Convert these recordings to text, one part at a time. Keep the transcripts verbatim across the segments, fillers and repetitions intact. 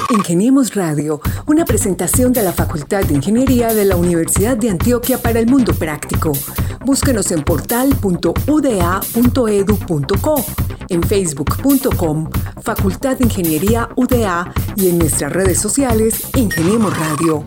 Ingeniemos Radio, una presentación de la Facultad de Ingeniería de la Universidad de Antioquia para el Mundo Práctico. Búsquenos en portal punto u d a punto e d u punto co, en facebook punto com, Facultad de Ingeniería U D A y en nuestras redes sociales Ingeniemos Radio.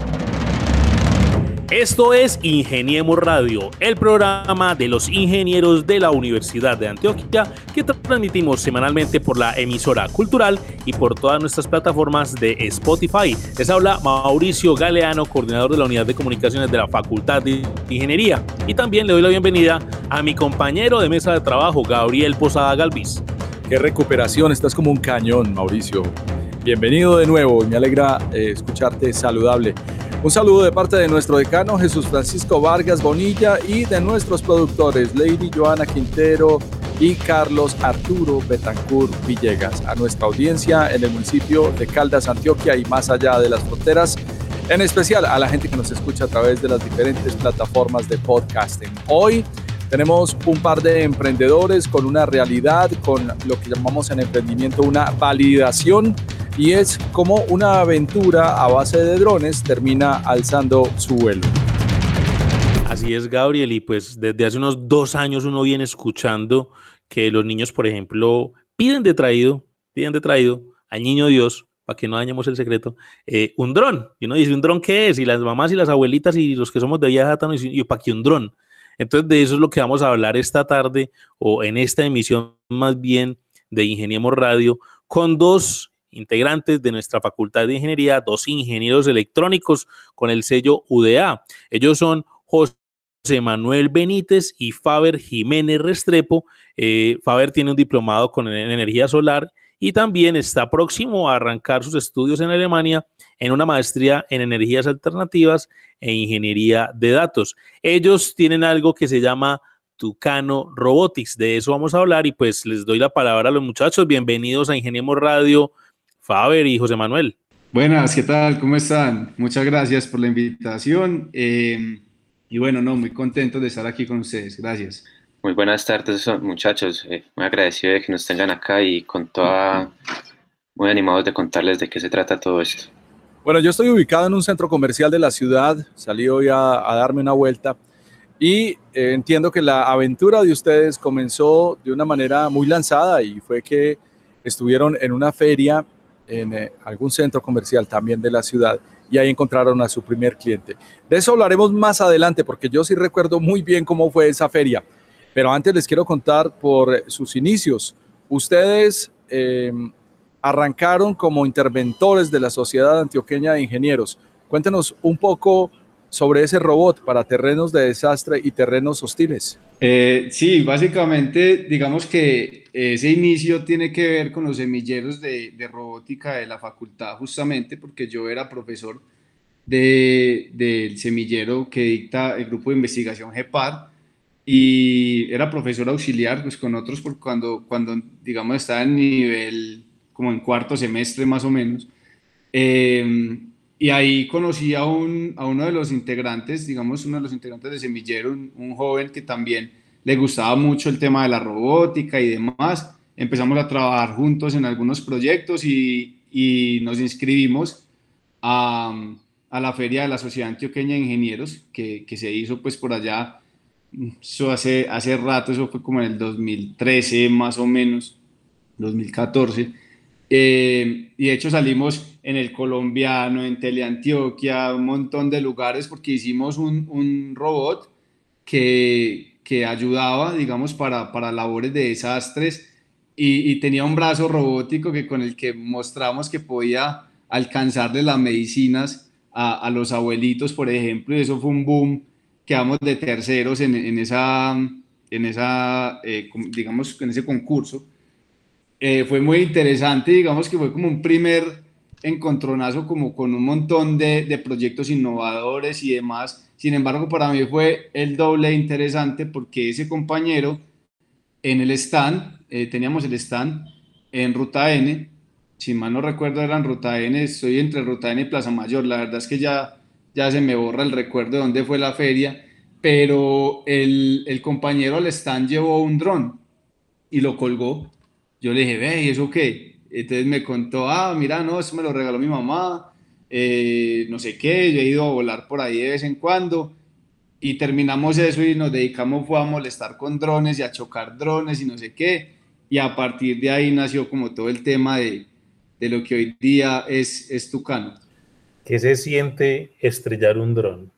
Esto es Ingeniemos Radio, el programa de los ingenieros de la Universidad de Antioquia que transmitimos semanalmente por la emisora cultural y por todas nuestras plataformas de Spotify. Les habla Mauricio Galeano, coordinador de la Unidad de Comunicaciones de la Facultad de Ingeniería. Y también le doy la bienvenida a mi compañero de mesa de trabajo, Gabriel Posada Galvis. Qué recuperación, estás como un cañón, Mauricio. Bienvenido de nuevo, me alegra eh, escucharte saludable. Un saludo de parte de nuestro decano Jesús Francisco Vargas Bonilla y de nuestros productores Lady Joana Quintero y Carlos Arturo Betancourt Villegas. A nuestra audiencia en el municipio de Caldas, Antioquia y más allá de las fronteras, en especial a la gente que nos escucha a través de las diferentes plataformas de podcasting. Hoy tenemos un par de emprendedores con una realidad, con lo que llamamos en emprendimiento una validación, y es como una aventura a base de drones termina alzando su vuelo. Así es, Gabriel, y pues desde hace unos dos años uno viene escuchando que los niños, por ejemplo, piden de traído, piden de traído al niño Dios, para que no dañemos el secreto, eh, un dron. Y uno dice, ¿un dron qué es? Y las mamás y las abuelitas y los que somos de vieja data nos dicen, ¿y para qué un dron? Entonces de eso es lo que vamos a hablar esta tarde, o en esta emisión más bien de Ingeniemos Radio, con dos integrantes de nuestra Facultad de Ingeniería, dos ingenieros electrónicos con el sello U D A. Ellos son José Manuel Benítez y Faber Jiménez Restrepo. Eh, Faber tiene un diplomado con energía solar y también está próximo a arrancar sus estudios en Alemania en una maestría en energías alternativas e ingeniería de datos. Ellos tienen algo que se llama Tucano Robotics. De eso vamos a hablar y pues les doy la palabra a los muchachos. Bienvenidos a Ingeniemos Radio, Faber y José Manuel. Buenas, ¿qué tal? ¿Cómo están? Muchas gracias por la invitación eh, y bueno, no, muy contento de estar aquí con ustedes. Gracias. Muy buenas tardes, muchachos. Eh, muy agradecido de que nos tengan acá y con toda, muy animados de contarles de qué se trata todo esto. Bueno, yo estoy ubicado en un centro comercial de la ciudad, salí hoy a, a darme una vuelta y eh, entiendo que la aventura de ustedes comenzó de una manera muy lanzada y fue que estuvieron en una feria en eh, algún centro comercial también de la ciudad y ahí encontraron a su primer cliente. De eso hablaremos más adelante porque yo sí recuerdo muy bien cómo fue esa feria, pero antes les quiero contar por sus inicios. Ustedes eh, arrancaron como interventores de la Sociedad Antioqueña de Ingenieros. Cuéntenos un poco sobre ese robot para terrenos de desastre y terrenos hostiles. Eh, sí, básicamente digamos que ese inicio tiene que ver con los semilleros de, de robótica de la facultad, justamente porque yo era profesor de, del semillero que dicta el grupo de investigación GEPAR y era profesor auxiliar pues, con otros por cuando, cuando digamos estaba en nivel como en cuarto semestre más o menos. Eh, Y ahí conocí a, un, a uno de los integrantes, digamos, uno de los integrantes de Semillero, un, un joven que también le gustaba mucho el tema de la robótica y demás. Empezamos a trabajar juntos en algunos proyectos y, y nos inscribimos a, a la Feria de la Sociedad Antioqueña de Ingenieros, que, que se hizo pues por allá, eso hace, hace rato, eso fue como en el dos mil trece más o menos, dos mil catorce. Eh, y de hecho salimos en el Colombiano, en Teleantioquia, un montón de lugares porque hicimos un, un robot que, que ayudaba, digamos, para, para labores de desastres y, y tenía un brazo robótico que, con el que mostramos que podía alcanzarle las medicinas a, a los abuelitos, por ejemplo, y eso fue un boom, quedamos de terceros en, en esa, en esa eh, digamos, en ese concurso. Eh, fue muy interesante, digamos que fue como un primer encontronazo como con un montón de, de proyectos innovadores y demás. Sin embargo, para mí fue el doble interesante porque ese compañero en el stand, eh, teníamos el stand en Ruta N, si mal no recuerdo era en Ruta N, estoy entre Ruta N y Plaza Mayor, la verdad es que ya, ya se me borra el recuerdo de dónde fue la feria, pero el, el compañero al stand llevó un dron y lo colgó. Yo le dije, ve, ¿y eso qué? Entonces me contó, ah, mira, no, eso me lo regaló mi mamá, eh, no sé qué, yo he ido a volar por ahí de vez en cuando, y terminamos eso y nos dedicamos fue a molestar con drones y a chocar drones y no sé qué, y a partir de ahí nació como todo el tema de, de lo que hoy día es, es Tucano. ¿Qué se siente estrellar un dron?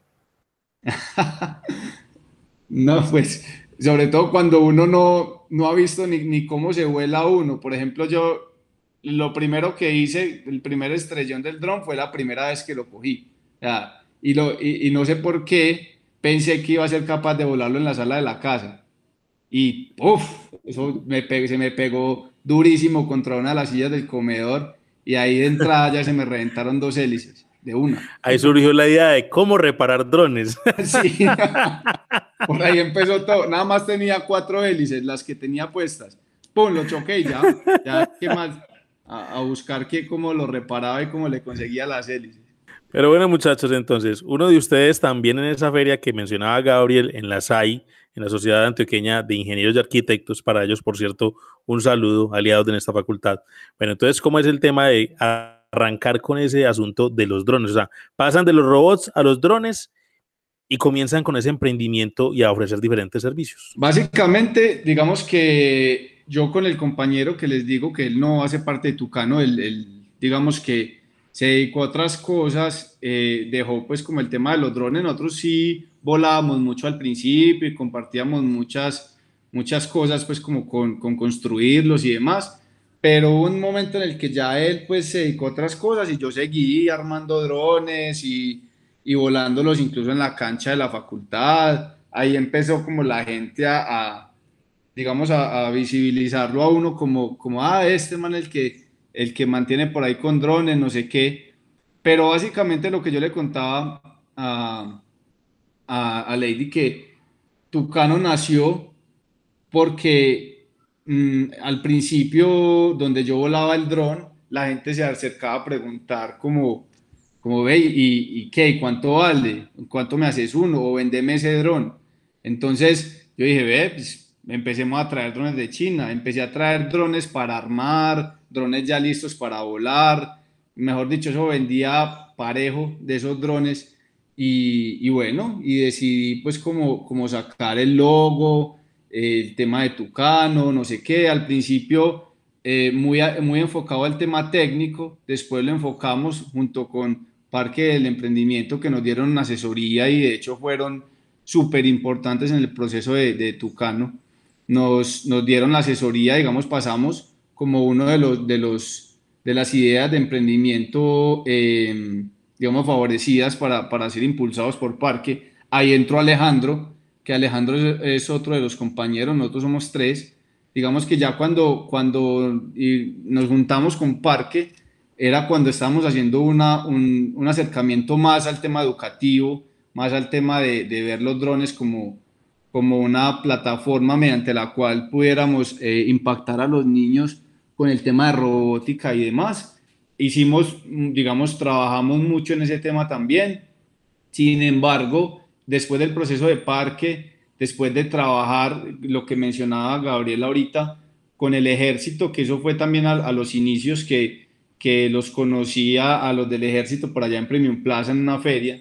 No, pues, sobre todo cuando uno no, no ha visto ni, ni cómo se vuela uno. Por ejemplo, yo lo primero que hice, el primer estrellón del dron fue la primera vez que lo cogí. O sea, y, lo, y, y no sé por qué pensé que iba a ser capaz de volarlo en la sala de la casa. Y uff, eso me pe- se me pegó durísimo contra una de las sillas del comedor y ahí de entrada ya se me reventaron dos hélices, de una. Ahí surgió la idea de cómo reparar drones. Sí, por ahí empezó todo. Nada más tenía cuatro hélices, las que tenía puestas. Pum, lo choqué y ya, ya, ¿qué más? A, a buscar que cómo lo reparaba y cómo le conseguía las hélices. Pero bueno, muchachos, entonces, uno de ustedes también en esa feria que mencionaba Gabriel, en la S A I, en la Sociedad Antioqueña de Ingenieros y Arquitectos, para ellos, por cierto, un saludo, aliados de esta facultad. Bueno, entonces, ¿cómo es el tema de arrancar con ese asunto de los drones? O sea, pasan de los robots a los drones y comienzan con ese emprendimiento y a ofrecer diferentes servicios. Básicamente, digamos que yo con el compañero que les digo que él no hace parte de Tucano, él, él digamos que se dedicó a otras cosas, eh, dejó pues como el tema de los drones. Nosotros sí volábamos mucho al principio y compartíamos muchas, muchas cosas pues como con, con construirlos y demás, pero hubo un momento en el que ya él pues se dedicó a otras cosas y yo seguí armando drones y, y volándolos incluso en la cancha de la facultad. Ahí empezó como la gente a, a digamos, a, a visibilizarlo a uno como, como ah, este man el que el que mantiene por ahí con drones, no sé qué. Pero básicamente lo que yo le contaba a, a, a Lady, que Tucano nació porque mmm, al principio, donde yo volaba el dron, la gente se acercaba a preguntar como, como ve, ¿y, y qué? ¿Y cuánto vale? ¿Cuánto me haces uno? O vendeme ese dron. Entonces yo dije, ve, pues empecemos a traer drones de China. Empecé a traer drones para armar, drones ya listos para volar. Mejor dicho, eso vendía parejo de esos drones. Y, y bueno, y decidí pues como, como sacar el logo, el tema de Tucano, no sé qué. Al principio eh, muy, muy enfocado al tema técnico, después lo enfocamos junto con Parque del Emprendimiento, que nos dieron una asesoría y de hecho fueron súper importantes en el proceso de, de Tucano. Nos, nos dieron la asesoría, digamos, pasamos como uno de los de los de las ideas de emprendimiento, eh, digamos, favorecidas para, para ser impulsados por Parque. Ahí entró Alejandro, que Alejandro es, es otro de los compañeros, nosotros somos tres. Digamos que ya cuando, cuando nos juntamos con Parque, era cuando estábamos haciendo una, un, un acercamiento más al tema educativo, más al tema de, de ver los drones como, como una plataforma mediante la cual pudiéramos eh, impactar a los niños con el tema de robótica y demás. Hicimos, digamos, trabajamos mucho en ese tema también. Sin embargo, después del proceso de Parque, después de trabajar lo que mencionaba Gabriel ahorita, con el ejército, que eso fue también a, a los inicios que, que los conocía a los del ejército por allá en Premium Plaza en una feria.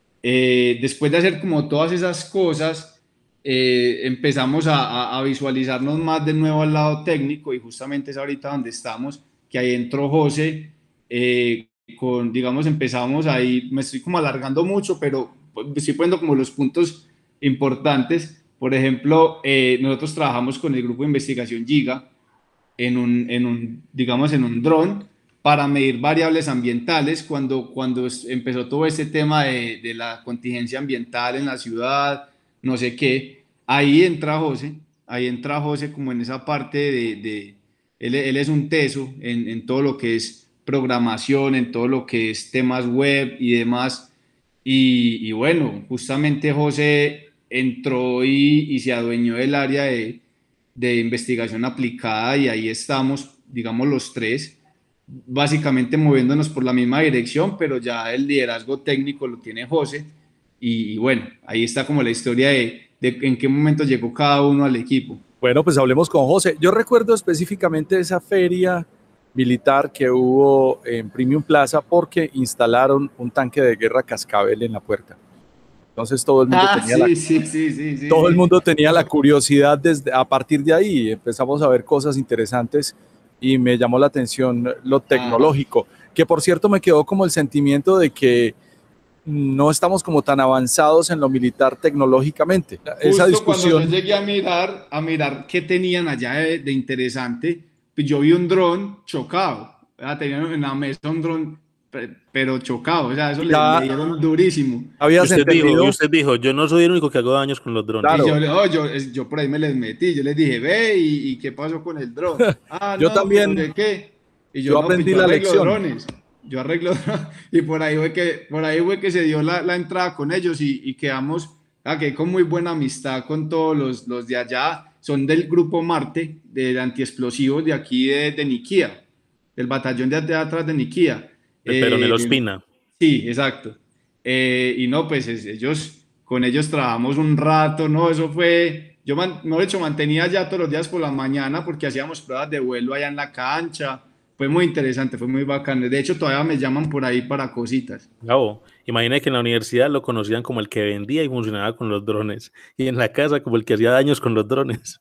Eh, después de hacer como todas esas cosas, eh, empezamos a, a, a visualizarnos más de nuevo al lado técnico y justamente es ahorita donde estamos, que ahí entró José, eh, con, digamos, empezamos ahí, me estoy como alargando mucho, pero estoy poniendo como los puntos importantes. Por ejemplo, eh, nosotros trabajamos con el grupo de investigación Giga en un, en un digamos, en un dron para medir variables ambientales cuando, cuando empezó todo este tema de, de la contingencia ambiental en la ciudad, no sé qué. Ahí entra José, ahí entra José como en esa parte de, de él, él es un teso en, en todo lo que es programación, en todo lo que es temas web y demás. Y, y bueno, justamente José entró y, y se adueñó del área de, de investigación aplicada y ahí estamos, digamos, los tres, básicamente moviéndonos por la misma dirección, pero ya el liderazgo técnico lo tiene José. Y, y bueno, ahí está como la historia de, de en qué momento llegó cada uno al equipo. Bueno, pues hablemos con José. Yo recuerdo específicamente esa feria militar que hubo en Premium Plaza porque instalaron un tanque de guerra cascabel en la puerta. Entonces todo el mundo ah, tenía sí, la, sí, sí, sí, sí, todo el sí. mundo tenía la curiosidad desde a partir de ahí. Empezamos a ver cosas interesantes y me llamó la atención lo tecnológico, ah. que por cierto me quedó como el sentimiento de que no estamos como tan avanzados en lo militar tecnológicamente. Justo Esa discusión... cuando yo llegué a mirar, a mirar qué tenían allá de, de interesante, pues yo vi un dron chocado. ¿Verdad? Tenían en la mesa un dron, pero chocado. O sea, eso le, le dieron durísimo. ¿Habías y usted entendido? Dijo, y usted dijo, yo no soy el único que hago daños con los drones. Claro. Y yo, oh, yo, yo por ahí me les metí. Yo les dije, ve, ¿y, y qué pasó con el dron? Ah, yo no, también. ¿de qué? Y yo, yo no, aprendí pues yo la lección. Drones. Yo arreglo y por ahí fue que, por ahí fue que se dio la, la entrada con ellos y, y quedamos aquí con muy buena amistad con todos los, los de allá. Son del grupo Marte, de antiexplosivos de aquí de, de Niquía, del batallón de, de atrás de Niquía. De Peronel Ospina. Eh, sí, exacto. Eh, y no, pues es, ellos, con ellos trabajamos un rato, ¿no? Eso fue, yo, man, no de hecho, mantenía ya todos los días por la mañana porque hacíamos pruebas de vuelo allá en la cancha. Fue muy interesante, fue muy bacano. De hecho, todavía me llaman por ahí para cositas. Gabo, imagina que en la universidad lo conocían como el que vendía y funcionaba con los drones. Y en la casa como el que hacía daños con los drones.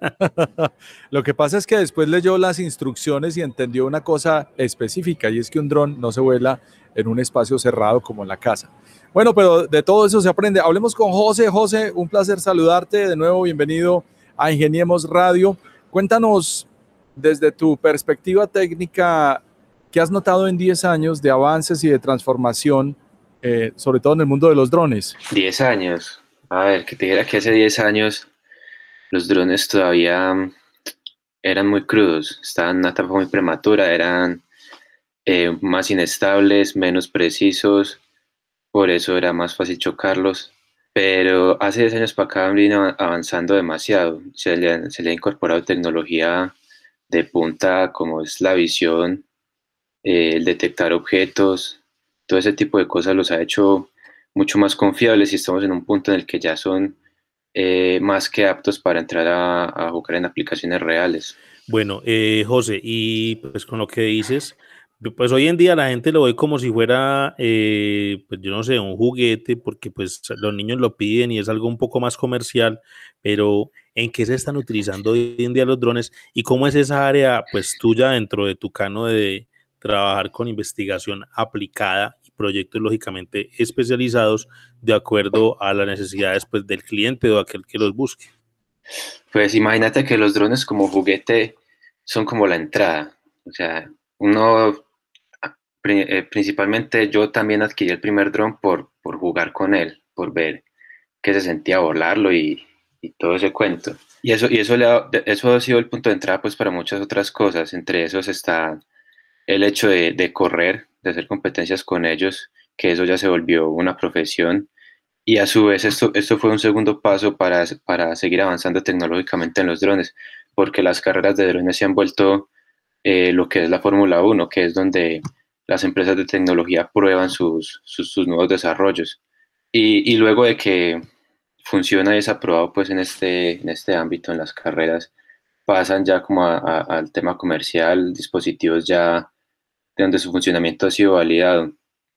Lo que pasa es que después leyó las instrucciones y entendió una cosa específica, y es que un dron no se vuela en un espacio cerrado como en la casa. Bueno, pero de todo eso se aprende. Hablemos con José. José, un placer saludarte. De nuevo, bienvenido a Ingeniemos Radio. Cuéntanos, desde tu perspectiva técnica, ¿qué has notado en diez años de avances y de transformación, eh, sobre todo en el mundo de los drones? diez años. A ver, que te dijera que hace diez años los drones todavía eran muy crudos, estaban en una etapa muy prematura, eran eh, más inestables, menos precisos, por eso era más fácil chocarlos. Pero hace diez años para acá han venido avanzando demasiado, se le, se le ha incorporado tecnología de punta como es la visión, eh, el detectar objetos, todo ese tipo de cosas los ha hecho mucho más confiables y estamos en un punto en el que ya son eh, más que aptos para entrar a, a jugar en aplicaciones reales. Bueno, eh, José, y pues con lo que dices, pues hoy en día la gente lo ve como si fuera, eh, pues yo no sé, un juguete, porque pues los niños lo piden y es algo un poco más comercial, pero ¿en qué se están utilizando hoy en día los drones? ¿Y cómo es esa área, pues tuya dentro de tu cano de trabajar con investigación aplicada y proyectos lógicamente especializados de acuerdo a las necesidades pues, del cliente o aquel que los busque? Pues imagínate que los drones como juguete son como la entrada, o sea, uno... Principalmente yo también adquirí el primer dron por, por jugar con él, por ver qué se sentía volarlo y, y todo ese cuento. Y eso, y eso, le ha, eso ha sido el punto de entrada pues, para muchas otras cosas. Entre esos está el hecho de, de correr, de hacer competencias con ellos, que eso ya se volvió una profesión. Y a su vez esto, esto fue un segundo paso para, para seguir avanzando tecnológicamente en los drones, porque las carreras de drones se han vuelto eh, lo que es la Fórmula uno, que es donde las empresas de tecnología prueban sus, sus, sus nuevos desarrollos. Y, y luego de que funciona y es aprobado pues, en, este, en este ámbito, en las carreras, pasan ya como a, a, al tema comercial, dispositivos ya de donde su funcionamiento ha sido validado.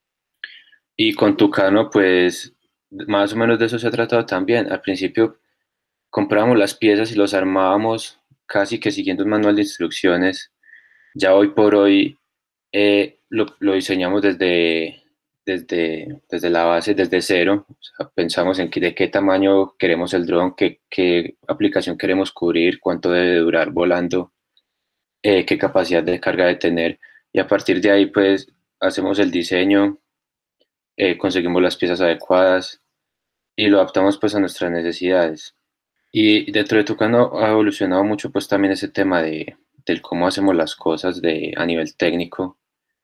Y con Tucano, pues, más o menos de eso se ha tratado también. Al principio comprábamos las piezas y los armábamos casi que siguiendo un manual de instrucciones. Ya hoy por hoy eh, lo, lo diseñamos desde, desde, desde la base, desde cero. O sea, pensamos en que, de qué tamaño queremos el dron, qué, qué aplicación queremos cubrir, cuánto debe durar volando, eh, qué capacidad de carga debe tener. Y a partir de ahí, pues, hacemos el diseño, eh, conseguimos las piezas adecuadas y lo adaptamos, pues, a nuestras necesidades. Y dentro de Tucano ha evolucionado mucho, pues, también ese tema de, del cómo hacemos las cosas de, a nivel técnico.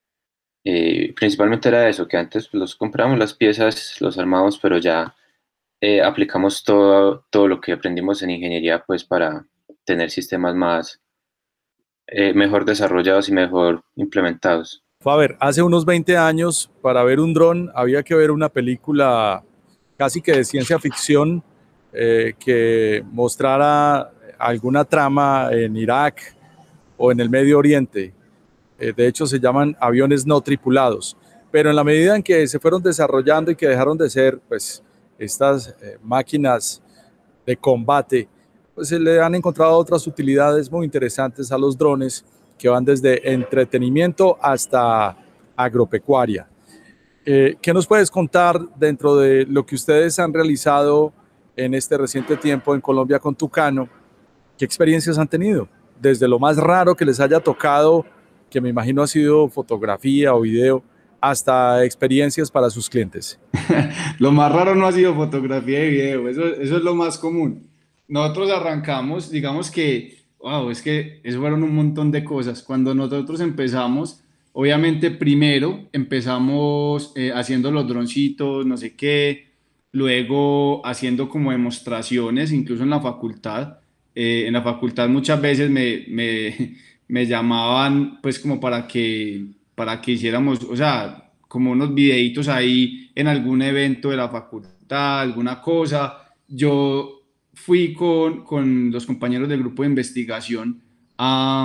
Eh, principalmente era eso, que antes los comprábamos las piezas, los armábamos, pero ya eh, aplicamos todo, todo lo que aprendimos en ingeniería pues para tener sistemas más eh, mejor desarrollados y mejor implementados. Faber, hace unos veinte años para ver un dron había que ver una película casi que de ciencia ficción eh, que mostrara alguna trama en Irak o en el Medio Oriente. eh, de hecho se llaman aviones no tripulados, pero en la medida en que se fueron desarrollando y que dejaron de ser pues estas eh, máquinas de combate, pues se le han encontrado otras utilidades muy interesantes a los drones que van desde entretenimiento hasta agropecuaria. Eh, ¿Qué nos puedes contar dentro de lo que ustedes han realizado en este reciente tiempo en Colombia con Tucano? ¿Qué experiencias han tenido? Desde lo más raro que les haya tocado, que me imagino ha sido fotografía o video, hasta experiencias para sus clientes. Lo más raro no ha sido fotografía y video, eso, eso es lo más común. Nosotros arrancamos, digamos que, wow, es que eso fueron un montón de cosas. Cuando nosotros empezamos, obviamente primero empezamos eh, haciendo los droncitos, no sé qué, luego haciendo como demostraciones, incluso en la facultad. Eh, en la facultad muchas veces me, me, me llamaban pues como para que, para que hiciéramos, o sea, como unos videitos ahí en algún evento de la facultad, alguna cosa. Yo fui con, con los compañeros del grupo de investigación a,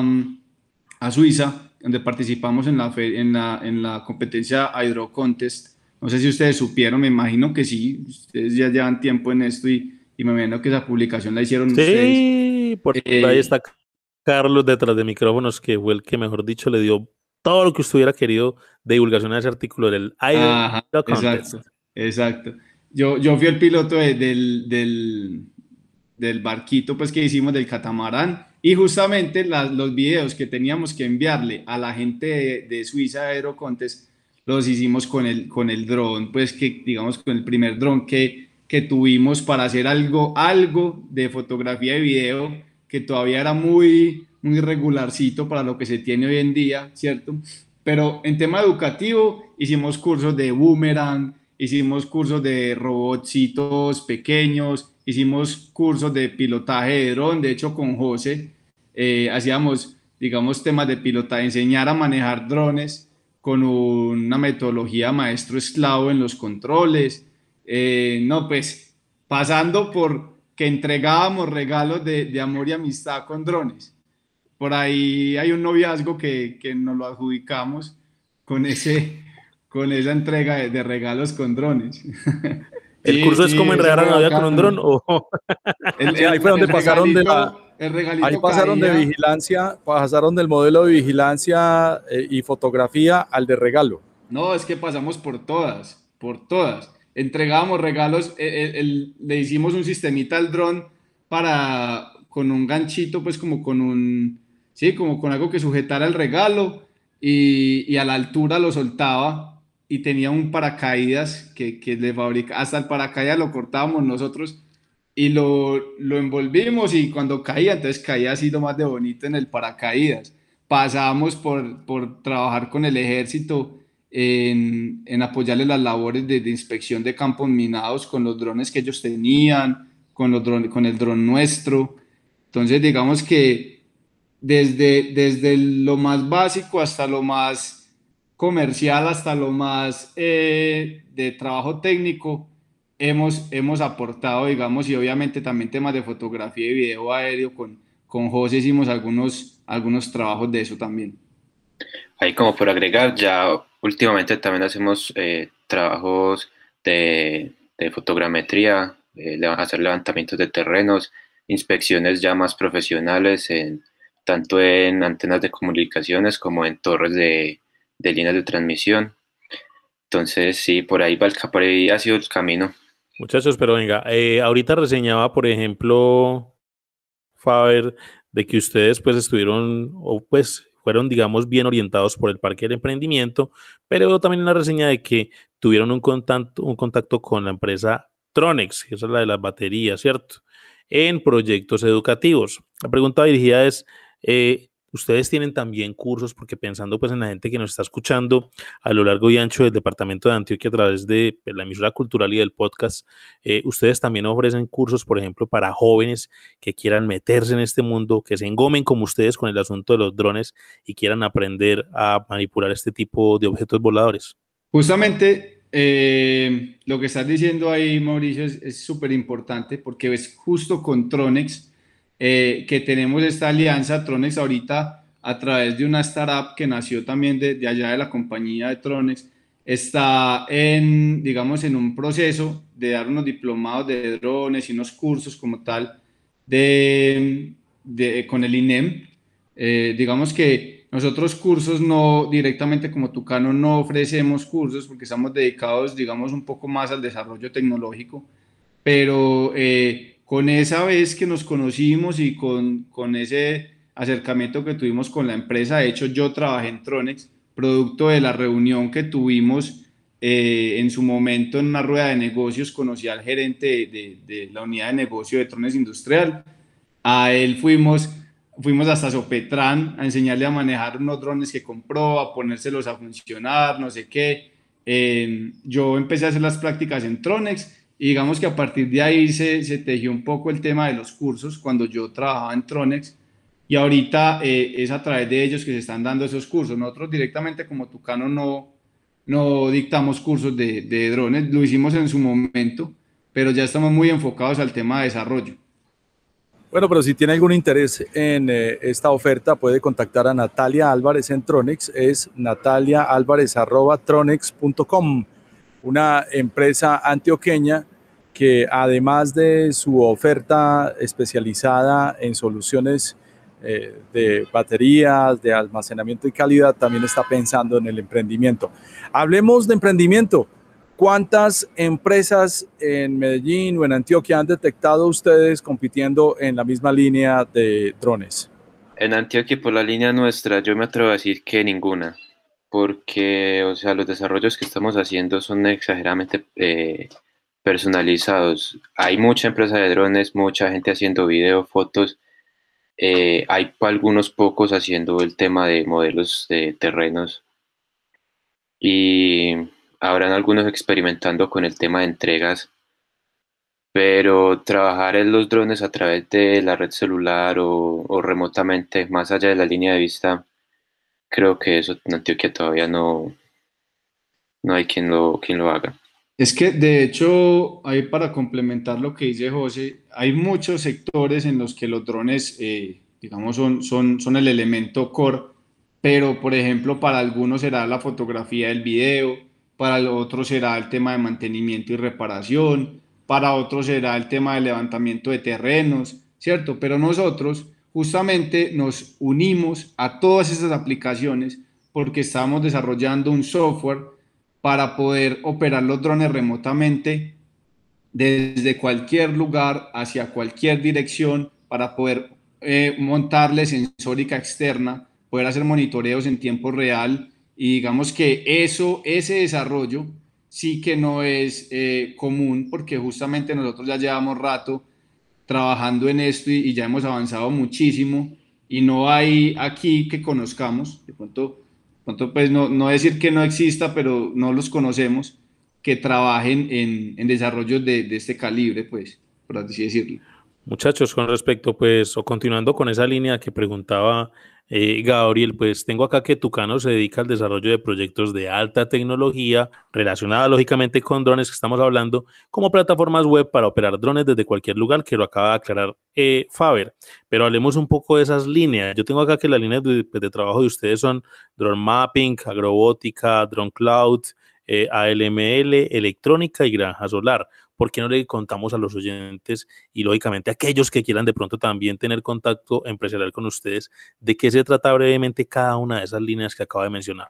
a Suiza, donde participamos en la, fe, en, la, en la competencia Hydro Contest. No sé si ustedes supieron, me imagino que sí, ustedes ya llevan tiempo en esto y, y me imagino que esa publicación la hicieron sí, ustedes. Sí, por eh, ahí está Carlos detrás de micrófonos, que fue el que, mejor dicho, le dio todo lo que usted hubiera querido de divulgación a ese artículo del Hydro Contest. Exacto, exacto. Yo, yo fui el piloto de, del, del, del barquito pues, que hicimos del catamarán, y justamente la, los videos que teníamos que enviarle a la gente de, de Suiza Hydro Contest los hicimos con el, con el dron, pues que digamos con el primer dron que, que tuvimos para hacer algo, algo de fotografía y video que todavía era muy, muy regularcito para lo que se tiene hoy en día, ¿cierto? Pero en tema educativo hicimos cursos de boomerang, hicimos cursos de robotcitos pequeños, hicimos cursos de pilotaje de dron. De hecho, con José eh, hacíamos, digamos, temas de pilotaje, enseñar a manejar drones con una metodología maestro esclavo en los controles. Eh, no, pues pasando por que entregábamos regalos de, de amor y amistad con drones. Por ahí hay un noviazgo que, que nos lo adjudicamos con, ese, con esa entrega de, de regalos con drones. ¿El sí, curso sí, es como enredar a la novia con un dron? ¿O? El, sí, ahí fue donde pasaron de la... Ahí pasaron caía. de vigilancia, pasaron del modelo de vigilancia eh, y fotografía al de regalo. No, es que pasamos por todas, por todas. Entregábamos regalos, el, el, el, le hicimos un sistemita al dron para, con un ganchito, pues como con un, sí, como con algo que sujetara el regalo, y, y a la altura lo soltaba y tenía un paracaídas que, que le fabrica, hasta el paracaídas lo cortábamos nosotros y lo, lo envolvimos, y cuando caía, entonces caía así lo más de bonito en el paracaídas. Pasamos por, por trabajar con el ejército en, en apoyarle las labores de, de inspección de campos minados con los drones que ellos tenían, con, los drones, con el dron nuestro. Entonces, digamos que desde, desde lo más básico hasta lo más comercial, hasta lo más eh, de trabajo técnico, hemos, hemos aportado, digamos, y obviamente también temas de fotografía y video aéreo. Con, con José hicimos algunos, algunos trabajos de eso también. Ahí como por agregar, ya últimamente también hacemos eh, trabajos de, de fotogrametría, eh, hacer levantamientos de terrenos, inspecciones ya más profesionales, en, tanto en antenas de comunicaciones como en torres de, de líneas de transmisión. Entonces sí, por ahí va el, por ahí ha sido el camino. Muchachos, pero venga, eh, ahorita reseñaba, por ejemplo, Faber, de que ustedes pues estuvieron, o pues fueron, digamos, bien orientados por el Parque del Emprendimiento, pero también en la reseña de que tuvieron un contacto, un contacto con la empresa Tronex, que esa es la de las baterías, ¿cierto? En proyectos educativos. La pregunta dirigida es, eh, ustedes tienen también cursos, porque pensando pues en la gente que nos está escuchando a lo largo y ancho del departamento de Antioquia a través de la emisora cultural y del podcast, eh, ustedes también ofrecen cursos, por ejemplo, para jóvenes que quieran meterse en este mundo, que se engomen como ustedes con el asunto de los drones y quieran aprender a manipular este tipo de objetos voladores. Justamente eh, lo que estás diciendo ahí, Mauricio, es súper importante, porque es justo con Tronex Eh, que tenemos esta alianza. Tronex ahorita a través de una startup que nació también de, de allá de la compañía de Tronex, está en, digamos, en un proceso de dar unos diplomados de drones y unos cursos como tal de, de, con el I N E M. Eh, digamos que nosotros cursos no, directamente como Tucano no ofrecemos cursos porque estamos dedicados, digamos, un poco más al desarrollo tecnológico, pero eh, con esa vez que nos conocimos y con, con ese acercamiento que tuvimos con la empresa, de hecho yo trabajé en Tronex, producto de la reunión que tuvimos eh, en su momento en una rueda de negocios, conocí al gerente de, de, de la unidad de negocio de Tronex Industrial, a él fuimos, fuimos hasta Sopetrán a enseñarle a manejar unos drones que compró, a ponérselos a funcionar, no sé qué. Eh, yo empecé a hacer las prácticas en Tronex y digamos que a partir de ahí se, se tejió un poco el tema de los cursos cuando yo trabajaba en Tronex. Y ahorita eh, es a través de ellos que se están dando esos cursos. Nosotros directamente como Tucano no, no dictamos cursos de, de drones, lo hicimos en su momento, pero ya estamos muy enfocados al tema de desarrollo. Bueno, pero si tiene algún interés en eh, esta oferta, puede contactar a Natalia Álvarez en Tronex, es nataliaalvarez arroba tronex punto com, una empresa antioqueña que además de su oferta especializada en soluciones eh, de baterías, de almacenamiento y calidad, también está pensando en el emprendimiento. Hablemos de emprendimiento. ¿Cuántas empresas en Medellín o en Antioquia han detectado ustedes compitiendo en la misma línea de drones? En Antioquia, por la línea nuestra, yo me atrevo a decir que ninguna, porque, o sea, los desarrollos que estamos haciendo son exageradamente eh, personalizados. Hay mucha empresa de drones, mucha gente haciendo video, fotos. Eh, hay algunos pocos haciendo el tema de modelos de terrenos y habrán algunos experimentando con el tema de entregas, pero trabajar en los drones a través de la red celular o, o remotamente, más allá de la línea de vista, creo que eso en Antioquia todavía no, no hay quien lo, quien lo haga. Es que de hecho, ahí para complementar lo que dice José, hay muchos sectores en los que los drones, eh, digamos, son, son, son el elemento core, pero por ejemplo, para algunos será la fotografía del video, para otros será el tema de mantenimiento y reparación, para otros será el tema de levantamiento de terrenos, ¿cierto? Pero nosotros justamente nos unimos a todas esas aplicaciones porque estamos desarrollando un software para poder operar los drones remotamente desde cualquier lugar hacia cualquier dirección, para poder eh, montarle sensórica externa, poder hacer monitoreos en tiempo real, y digamos que eso, ese desarrollo sí que no es eh, común, porque justamente nosotros ya llevamos rato trabajando en esto y, y ya hemos avanzado muchísimo y no hay aquí que conozcamos, de pronto pronto pues no, no decir que no exista, pero no los conocemos, que trabajen en, en desarrollos de, de este calibre, pues, por así decirlo. Muchachos, con respecto, pues, o continuando con esa línea que preguntaba eh, Gabriel, pues tengo acá que Tucano se dedica al desarrollo de proyectos de alta tecnología relacionada lógicamente con drones que estamos hablando, como plataformas web para operar drones desde cualquier lugar, que lo acaba de aclarar eh, Faber. Pero hablemos un poco de esas líneas. Yo tengo acá que las líneas de, de trabajo de ustedes son Drone Mapping, Agrobótica, Drone Cloud, eh, A L M L, electrónica y granja solar. ¿Por qué no le contamos a los oyentes y lógicamente a aquellos que quieran de pronto también tener contacto empresarial con ustedes, de qué se trata brevemente cada una de esas líneas que acaba de mencionar?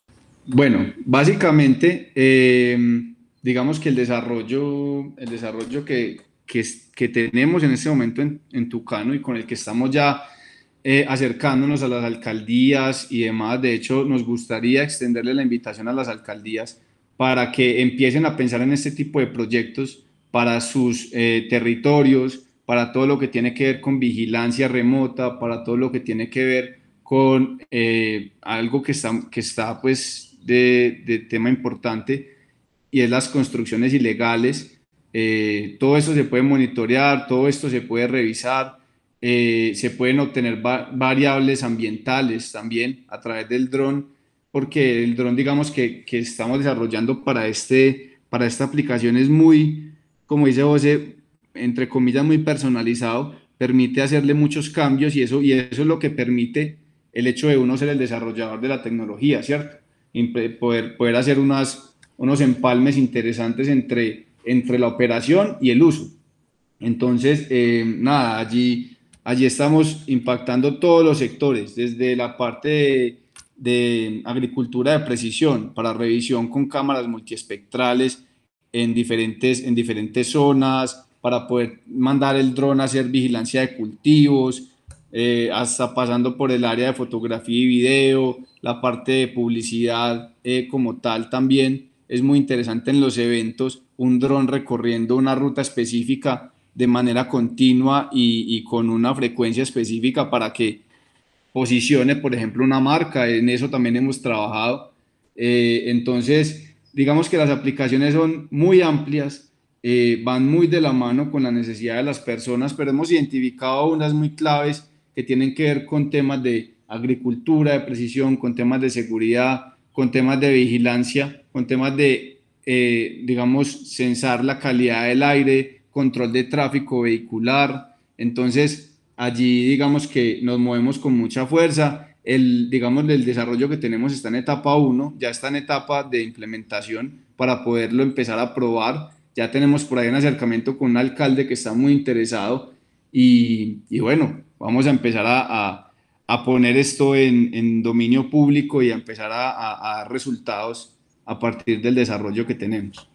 Bueno, básicamente, eh, digamos que el desarrollo, el desarrollo que, que, que tenemos en este momento en, en Tucano y con el que estamos ya eh, acercándonos a las alcaldías y demás, de hecho nos gustaría extenderle la invitación a las alcaldías para que empiecen a pensar en este tipo de proyectos para sus eh, territorios, para todo lo que tiene que ver con vigilancia remota, para todo lo que tiene que ver con eh, algo que está, que está pues de, de tema importante, y es las construcciones ilegales. Eh, todo esto se puede monitorear, todo esto se puede revisar, eh, se pueden obtener va variables ambientales también a través del dron, porque el dron, digamos, que, que estamos desarrollando para, este, para esta aplicación es muy, como dice José, entre comillas, muy personalizado, permite hacerle muchos cambios y eso, y eso es lo que permite el hecho de uno ser el desarrollador de la tecnología, ¿cierto? Y poder, poder hacer unas, unos empalmes interesantes entre, entre la operación y el uso. Entonces, eh, nada, allí, allí estamos impactando todos los sectores, desde la parte de, de agricultura de precisión para revisión con cámaras multiespectrales en diferentes, en diferentes zonas, para poder mandar el dron a hacer vigilancia de cultivos, eh, hasta pasando por el área de fotografía y video, la parte de publicidad eh, como tal también. Es muy interesante en los eventos, un dron recorriendo una ruta específica de manera continua y, y con una frecuencia específica para que posicione, por ejemplo, una marca. En eso también hemos trabajado. Eh, entonces, digamos que las aplicaciones son muy amplias, eh, van muy de la mano con la necesidad de las personas, pero hemos identificado unas muy claves que tienen que ver con temas de agricultura, de precisión, con temas de seguridad, con temas de vigilancia, con temas de, eh, digamos, censar la calidad del aire, control de tráfico vehicular. Entonces, allí digamos que nos movemos con mucha fuerza. El, digamos, el desarrollo que tenemos está en etapa uno, ya está en etapa de implementación para poderlo empezar a probar. Ya tenemos por ahí un acercamiento con un alcalde que está muy interesado y, y bueno, vamos a empezar a, a, a poner esto en, en, dominio público y a empezar a, a, a dar resultados a partir del desarrollo que tenemos.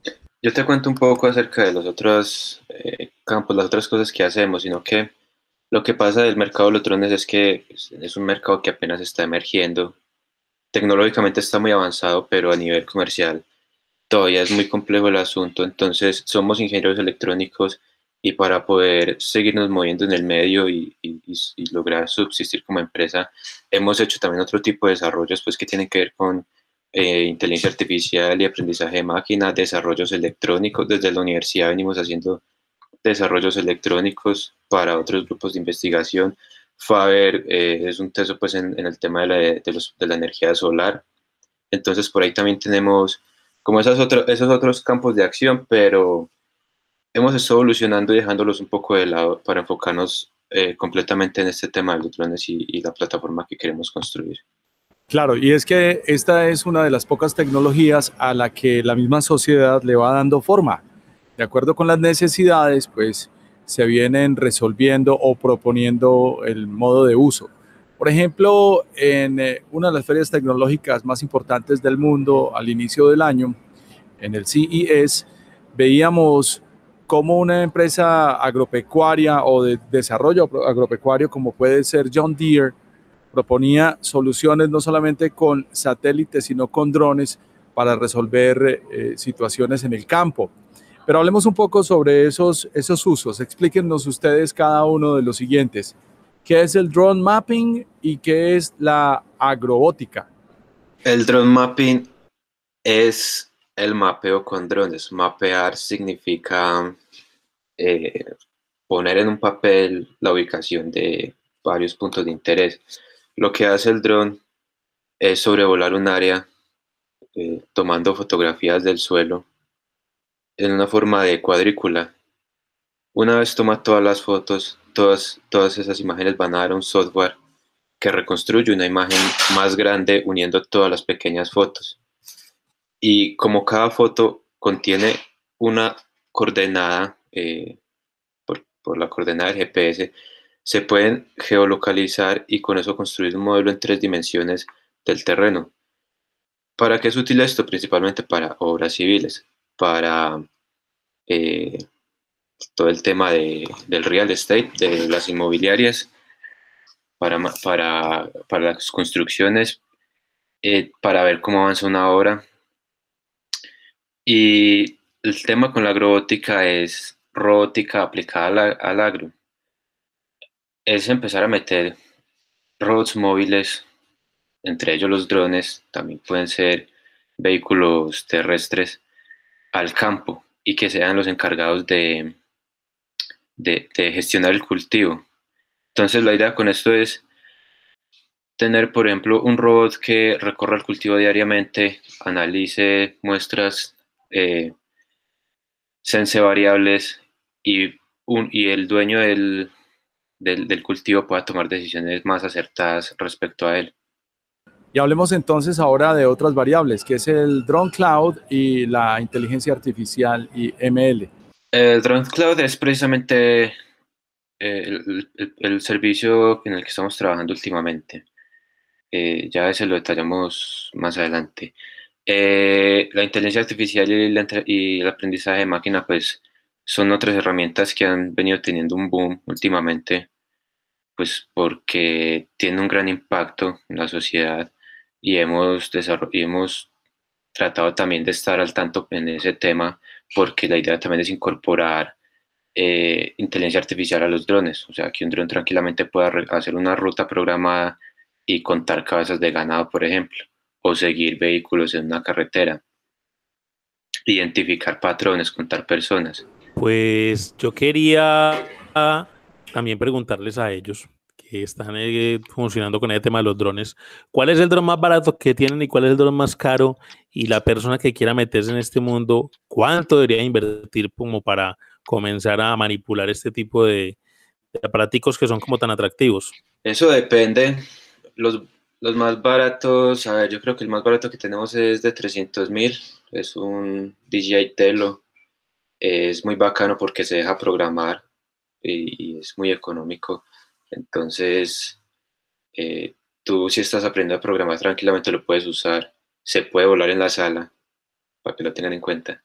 Yo te cuento un poco acerca de los otros eh, campos, las otras cosas que hacemos, sino que lo que pasa del mercado de los drones es que es un mercado que apenas está emergiendo. Tecnológicamente está muy avanzado, pero a nivel comercial todavía es muy complejo el asunto. Entonces somos ingenieros electrónicos y para poder seguirnos moviendo en el medio y, y, y lograr subsistir como empresa, hemos hecho también otro tipo de desarrollos pues, que tienen que ver con eh, inteligencia artificial y aprendizaje de máquina, desarrollos electrónicos. Desde la universidad venimos haciendo desarrollos electrónicos para otros grupos de investigación. Faber eh, es un teso pues, en, en el tema de la, de, los, de la energía solar. Entonces por ahí también tenemos como esas otro, esos otros campos de acción, pero hemos estado evolucionando y dejándolos un poco de lado para enfocarnos eh, completamente en este tema de los drones y, y la plataforma que queremos construir. Claro, y es que esta es una de las pocas tecnologías a la que la misma sociedad le va dando forma. De acuerdo con las necesidades, pues se vienen resolviendo o proponiendo el modo de uso. Por ejemplo, en eh, una de las ferias tecnológicas más importantes del mundo al inicio del año, en el C E S, veíamos cómo una empresa agropecuaria o de desarrollo agropecuario como puede ser John Deere, proponía soluciones no solamente con satélites, sino con drones para resolver eh, situaciones en el campo. Pero hablemos un poco sobre esos, esos usos. Explíquenos ustedes cada uno de los siguientes. ¿Qué es el drone mapping y qué es la agrobótica? El drone mapping es el mapeo con drones. Mapear significa eh, poner en un papel la ubicación de varios puntos de interés. Lo que hace el dron es sobrevolar un área eh, tomando fotografías del suelo en una forma de cuadrícula. Una vez toma todas las fotos, todas, todas esas imágenes van a dar a un software que reconstruye una imagen más grande uniendo todas las pequeñas fotos. Y como cada foto contiene una coordenada, eh, por, por la coordenada del G P S, se pueden geolocalizar y con eso construir un modelo en tres dimensiones del terreno. ¿Para qué es útil esto? Principalmente para obras civiles, para eh, todo el tema de, del real estate, de las inmobiliarias, para, para, para las construcciones, eh, para ver cómo avanza una obra. Y el tema con la agrobótica es robótica aplicada al, al agro. Es empezar a meter robots móviles, entre ellos los drones, también pueden ser vehículos terrestres, al campo y que sean los encargados de, de, de gestionar el cultivo. Entonces la idea con esto es tener, por ejemplo, un robot que recorra el cultivo diariamente, analice muestras, eh, sense variables y, un, y el dueño del, del, del cultivo pueda tomar decisiones más acertadas respecto a él. Y hablemos entonces ahora de otras variables, que es el Drone Cloud y la inteligencia artificial y M L. El Drone Cloud es precisamente eh, el, el, el servicio en el que estamos trabajando últimamente. Eh, ya se lo detallamos más adelante. Eh, la inteligencia artificial y, la, y el aprendizaje de máquina, pues, son otras herramientas que han venido teniendo un boom últimamente, pues porque tienen un gran impacto en la sociedad y hemos, y hemos tratado también de estar al tanto en ese tema, porque la idea también es incorporar eh, inteligencia artificial a los drones, o sea, que un dron tranquilamente pueda hacer una ruta programada y contar cabezas de ganado, por ejemplo, o seguir vehículos en una carretera, identificar patrones, contar personas. Pues yo quería también preguntarles a ellos que están eh, funcionando con el tema de los drones, ¿cuál es el dron más barato que tienen y cuál es el dron más caro? Y la persona que quiera meterse en este mundo, ¿cuánto debería invertir como para comenzar a manipular este tipo de, de aparaticos que son como tan atractivos? Eso depende. Los, los más baratos, a ver, yo creo que el más barato que tenemos es de trescientos mil, es un D J I Tello, es muy bacano porque se deja programar y, y es muy económico. Entonces, eh, tú si estás aprendiendo a programar tranquilamente lo puedes usar. Se puede volar en la sala, para que lo tengan en cuenta.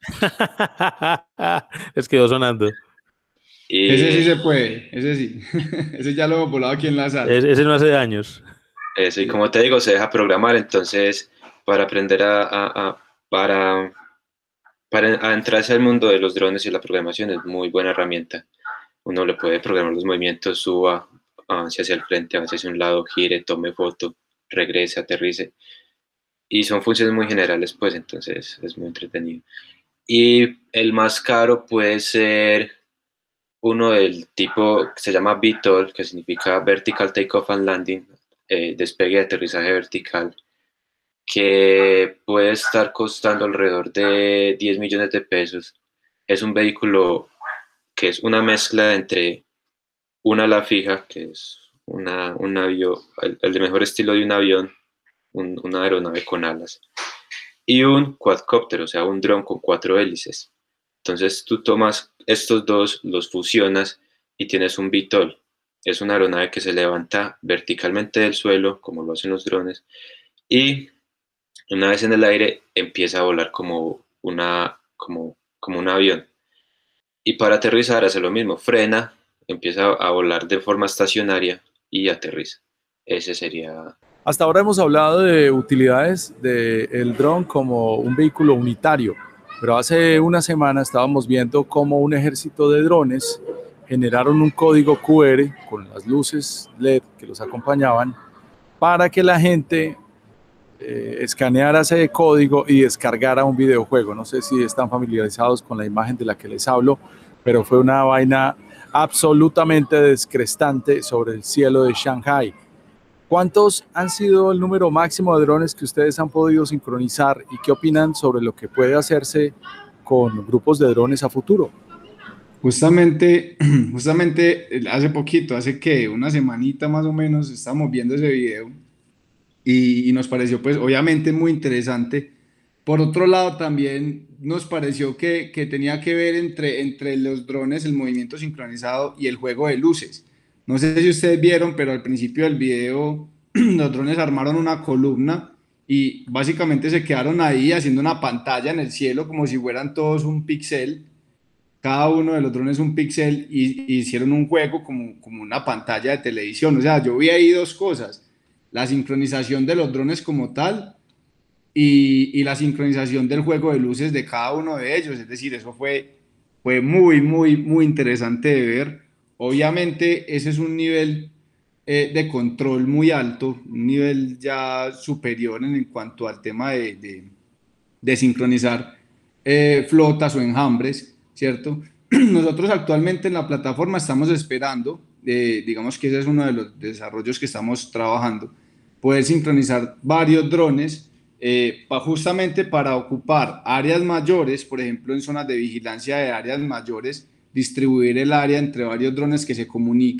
Les quedó sonando. Y ese sí se puede, ese sí. Ese ya lo hemos volado aquí en la sala. Ese, ese no hace daños. Eso, y como te digo, se deja programar, entonces para aprender a, a, a para, para adentrarse al mundo de los drones y la programación es muy buena herramienta. Uno le puede programar los movimientos, suba, avance hacia el frente, avance hacia un lado, gire, tome foto, regrese, aterrice. Y son funciones muy generales, pues, entonces es muy entretenido. Y el más caro puede ser uno del tipo que se llama V T O L, que significa Vertical Takeoff and Landing, eh, despegue y aterrizaje vertical, que puede estar costando alrededor de diez millones de pesos. Es un vehículo que es una mezcla entre una ala fija, que es una, un avión, el, el de mejor estilo de un avión, un, una aeronave con alas, y un quadcóptero, o sea, un dron con cuatro hélices. Entonces tú tomas estos dos, los fusionas y tienes un V T O L. Es una aeronave que se levanta verticalmente del suelo, como lo hacen los drones, y una vez en el aire empieza a volar como, una, como, como un avión. Y para aterrizar hace lo mismo, frena, empieza a volar de forma estacionaria y aterriza. Ese sería... Hasta ahora hemos hablado de utilidades del dron como un vehículo unitario, pero hace una semana estábamos viendo cómo un ejército de drones generaron un código Q R con las luces L E D que los acompañaban para que la gente eh, escaneara ese código y descargara un videojuego. No sé si están familiarizados con la imagen de la que les hablo, pero fue una vaina absolutamente descrestante sobre el cielo de Shanghái. ¿Cuántos han sido el número máximo de drones que ustedes han podido sincronizar y qué opinan sobre lo que puede hacerse con grupos de drones a futuro? Justamente, justamente hace poquito, hace que una semanita más o menos, estábamos viendo ese video y, y nos pareció pues obviamente muy interesante. Por otro lado también nos pareció que, que tenía que ver entre, entre los drones, el movimiento sincronizado y el juego de luces. No sé si ustedes vieron, pero al principio del video los drones armaron una columna y básicamente se quedaron ahí haciendo una pantalla en el cielo como si fueran todos un píxel. Cada uno de los drones un píxel y, y hicieron un juego como, como una pantalla de televisión. O sea, yo vi ahí dos cosas. La sincronización de los drones como tal y, y la sincronización del juego de luces de cada uno de ellos. Es decir, eso fue, fue muy, muy, muy interesante de ver. Obviamente ese es un nivel eh, de control muy alto, un nivel ya superior en, en cuanto al tema de, de, de sincronizar eh, flotas o enjambres, ¿cierto? Nosotros actualmente en la plataforma estamos esperando, eh, digamos que ese es uno de los desarrollos que estamos trabajando, poder sincronizar varios drones eh, pa, justamente para ocupar áreas mayores, por ejemplo en zonas de vigilancia de áreas mayores, distribuir el área entre varios drones que se comuniquen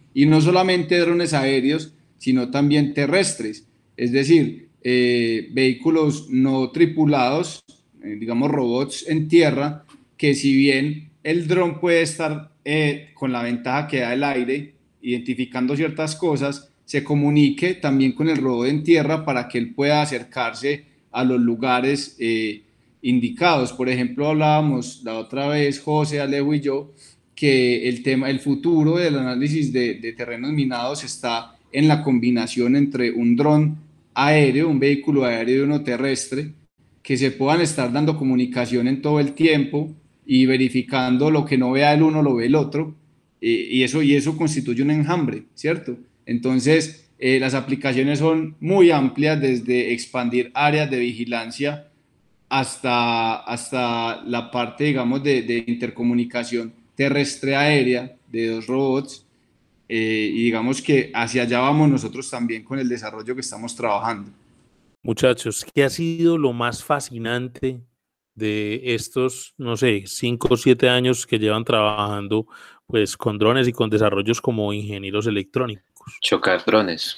y no solamente drones aéreos, sino también terrestres, es decir, eh, vehículos no tripulados, eh, digamos robots en tierra, que si bien el dron puede estar eh, con la ventaja que da el aire, identificando ciertas cosas, se comunique también con el robot en tierra para que él pueda acercarse a los lugares eh, indicados. Por ejemplo, hablábamos la otra vez, José, Alejo y yo, que el tema, el futuro del análisis de, de terrenos minados está en la combinación entre un dron aéreo, un vehículo aéreo y uno terrestre, que se puedan estar dando comunicación en todo el tiempo y verificando lo que no vea el uno, lo ve el otro, eh, y, eso, y eso constituye un enjambre, ¿cierto? Entonces, eh, las aplicaciones son muy amplias, desde expandir áreas de vigilancia hasta, hasta la parte, digamos, de, de intercomunicación terrestre-aérea de dos robots, eh, y digamos que hacia allá vamos nosotros también con el desarrollo que estamos trabajando. Muchachos, ¿qué ha sido lo más fascinante de estos, no sé, cinco o siete años que llevan trabajando pues con drones y con desarrollos como ingenieros electrónicos? Chocar drones.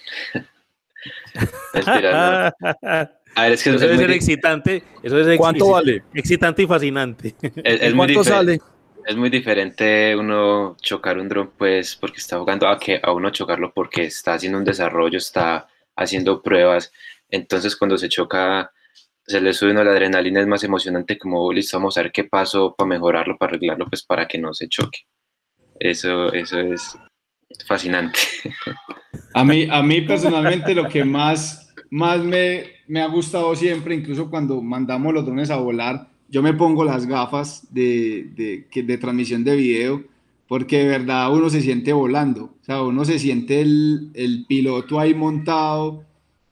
Mentira, no. A ver, es que eso es debe muy ser di- excitante. Eso es ex- ¿Cuánto ex- vale? excitante y fascinante. es, es muy ¿Cuánto difer- sale? es muy diferente uno chocar un dron pues porque está jugando a que a uno chocarlo porque está haciendo un desarrollo, está haciendo pruebas. Entonces cuando se choca se le sube uno la adrenalina, es más emocionante, como listo, vamos a ver qué pasó para mejorarlo, para arreglarlo, pues para que no se choque. Eso, eso es fascinante. A mí, a mí personalmente lo que más, más me, me ha gustado siempre, incluso cuando mandamos los drones a volar, yo me pongo las gafas de, de, que- de transmisión de video, porque de verdad uno se siente volando, o sea, uno se siente el, el piloto ahí montado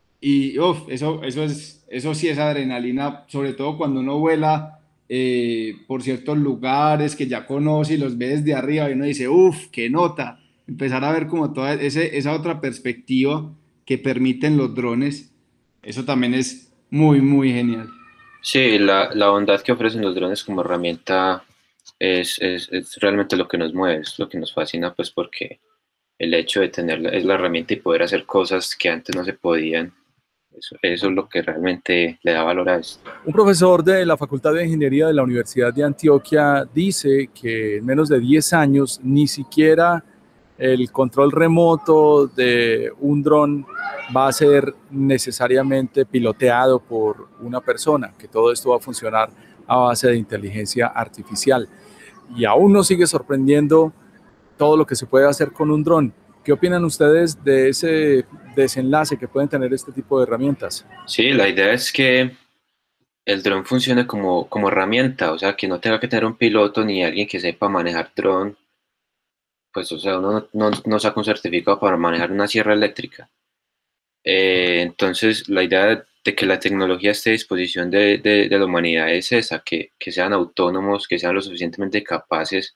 y uf, eso, eso, es, eso sí es adrenalina, sobre todo cuando uno vuela eh, por ciertos lugares que ya conoce y los ve desde arriba y uno dice, uff, qué nota. Empezar a ver como toda ese, esa otra perspectiva que permiten los drones, eso también es muy, muy genial. Sí, la, la bondad que ofrecen los drones como herramienta es, es, es realmente lo que nos mueve, es lo que nos fascina, pues porque el hecho de tener la- es la herramienta y poder hacer cosas que antes no se podían, eso, eso es lo que realmente le da valor a esto. Un profesor de la Facultad de Ingeniería de la Universidad de Antioquia dice que en menos de diez años ni siquiera el control remoto de un dron va a ser necesariamente piloteado por una persona, que todo esto va a funcionar a base de inteligencia artificial. Y aún nos sigue sorprendiendo todo lo que se puede hacer con un dron. ¿Qué opinan ustedes de ese desenlace que pueden tener este tipo de herramientas? Sí, la idea es que el dron funcione como, como herramienta, o sea, que no tenga que tener un piloto ni alguien que sepa manejar dron, pues, o sea, uno no, no, no saca un certificado para manejar una sierra eléctrica. Eh, entonces, la idea de que la tecnología esté a disposición de, de, de la humanidad es esa, que, que sean autónomos, que sean lo suficientemente capaces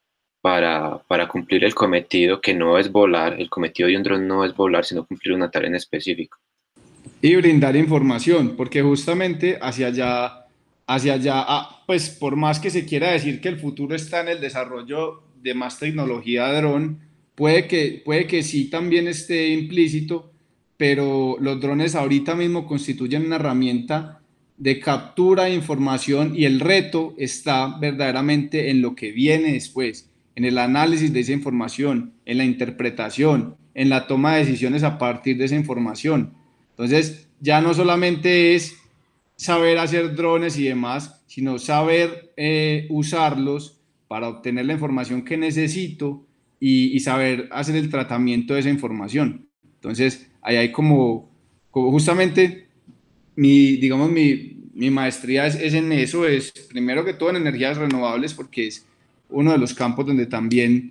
para, para cumplir el cometido, que no es volar, el cometido de un dron no es volar, sino cumplir una tarea en específico. Y brindar información, porque justamente hacia allá, hacia allá, ah, pues por más que se quiera decir que el futuro está en el desarrollo de más tecnología de dron, puede que, puede que sí también esté implícito, pero los drones ahorita mismo constituyen una herramienta de captura de información y el reto está verdaderamente en lo que viene después, en el análisis de esa información, en la interpretación, en la toma de decisiones a partir de esa información. Entonces, ya no solamente es saber hacer drones y demás, sino saber eh, usarlos para obtener la información que necesito y, y saber hacer el tratamiento de esa información. Entonces, ahí hay como, como justamente mi, digamos, mi, mi maestría es, es en eso, es primero que todo en energías renovables, porque es uno de los campos donde también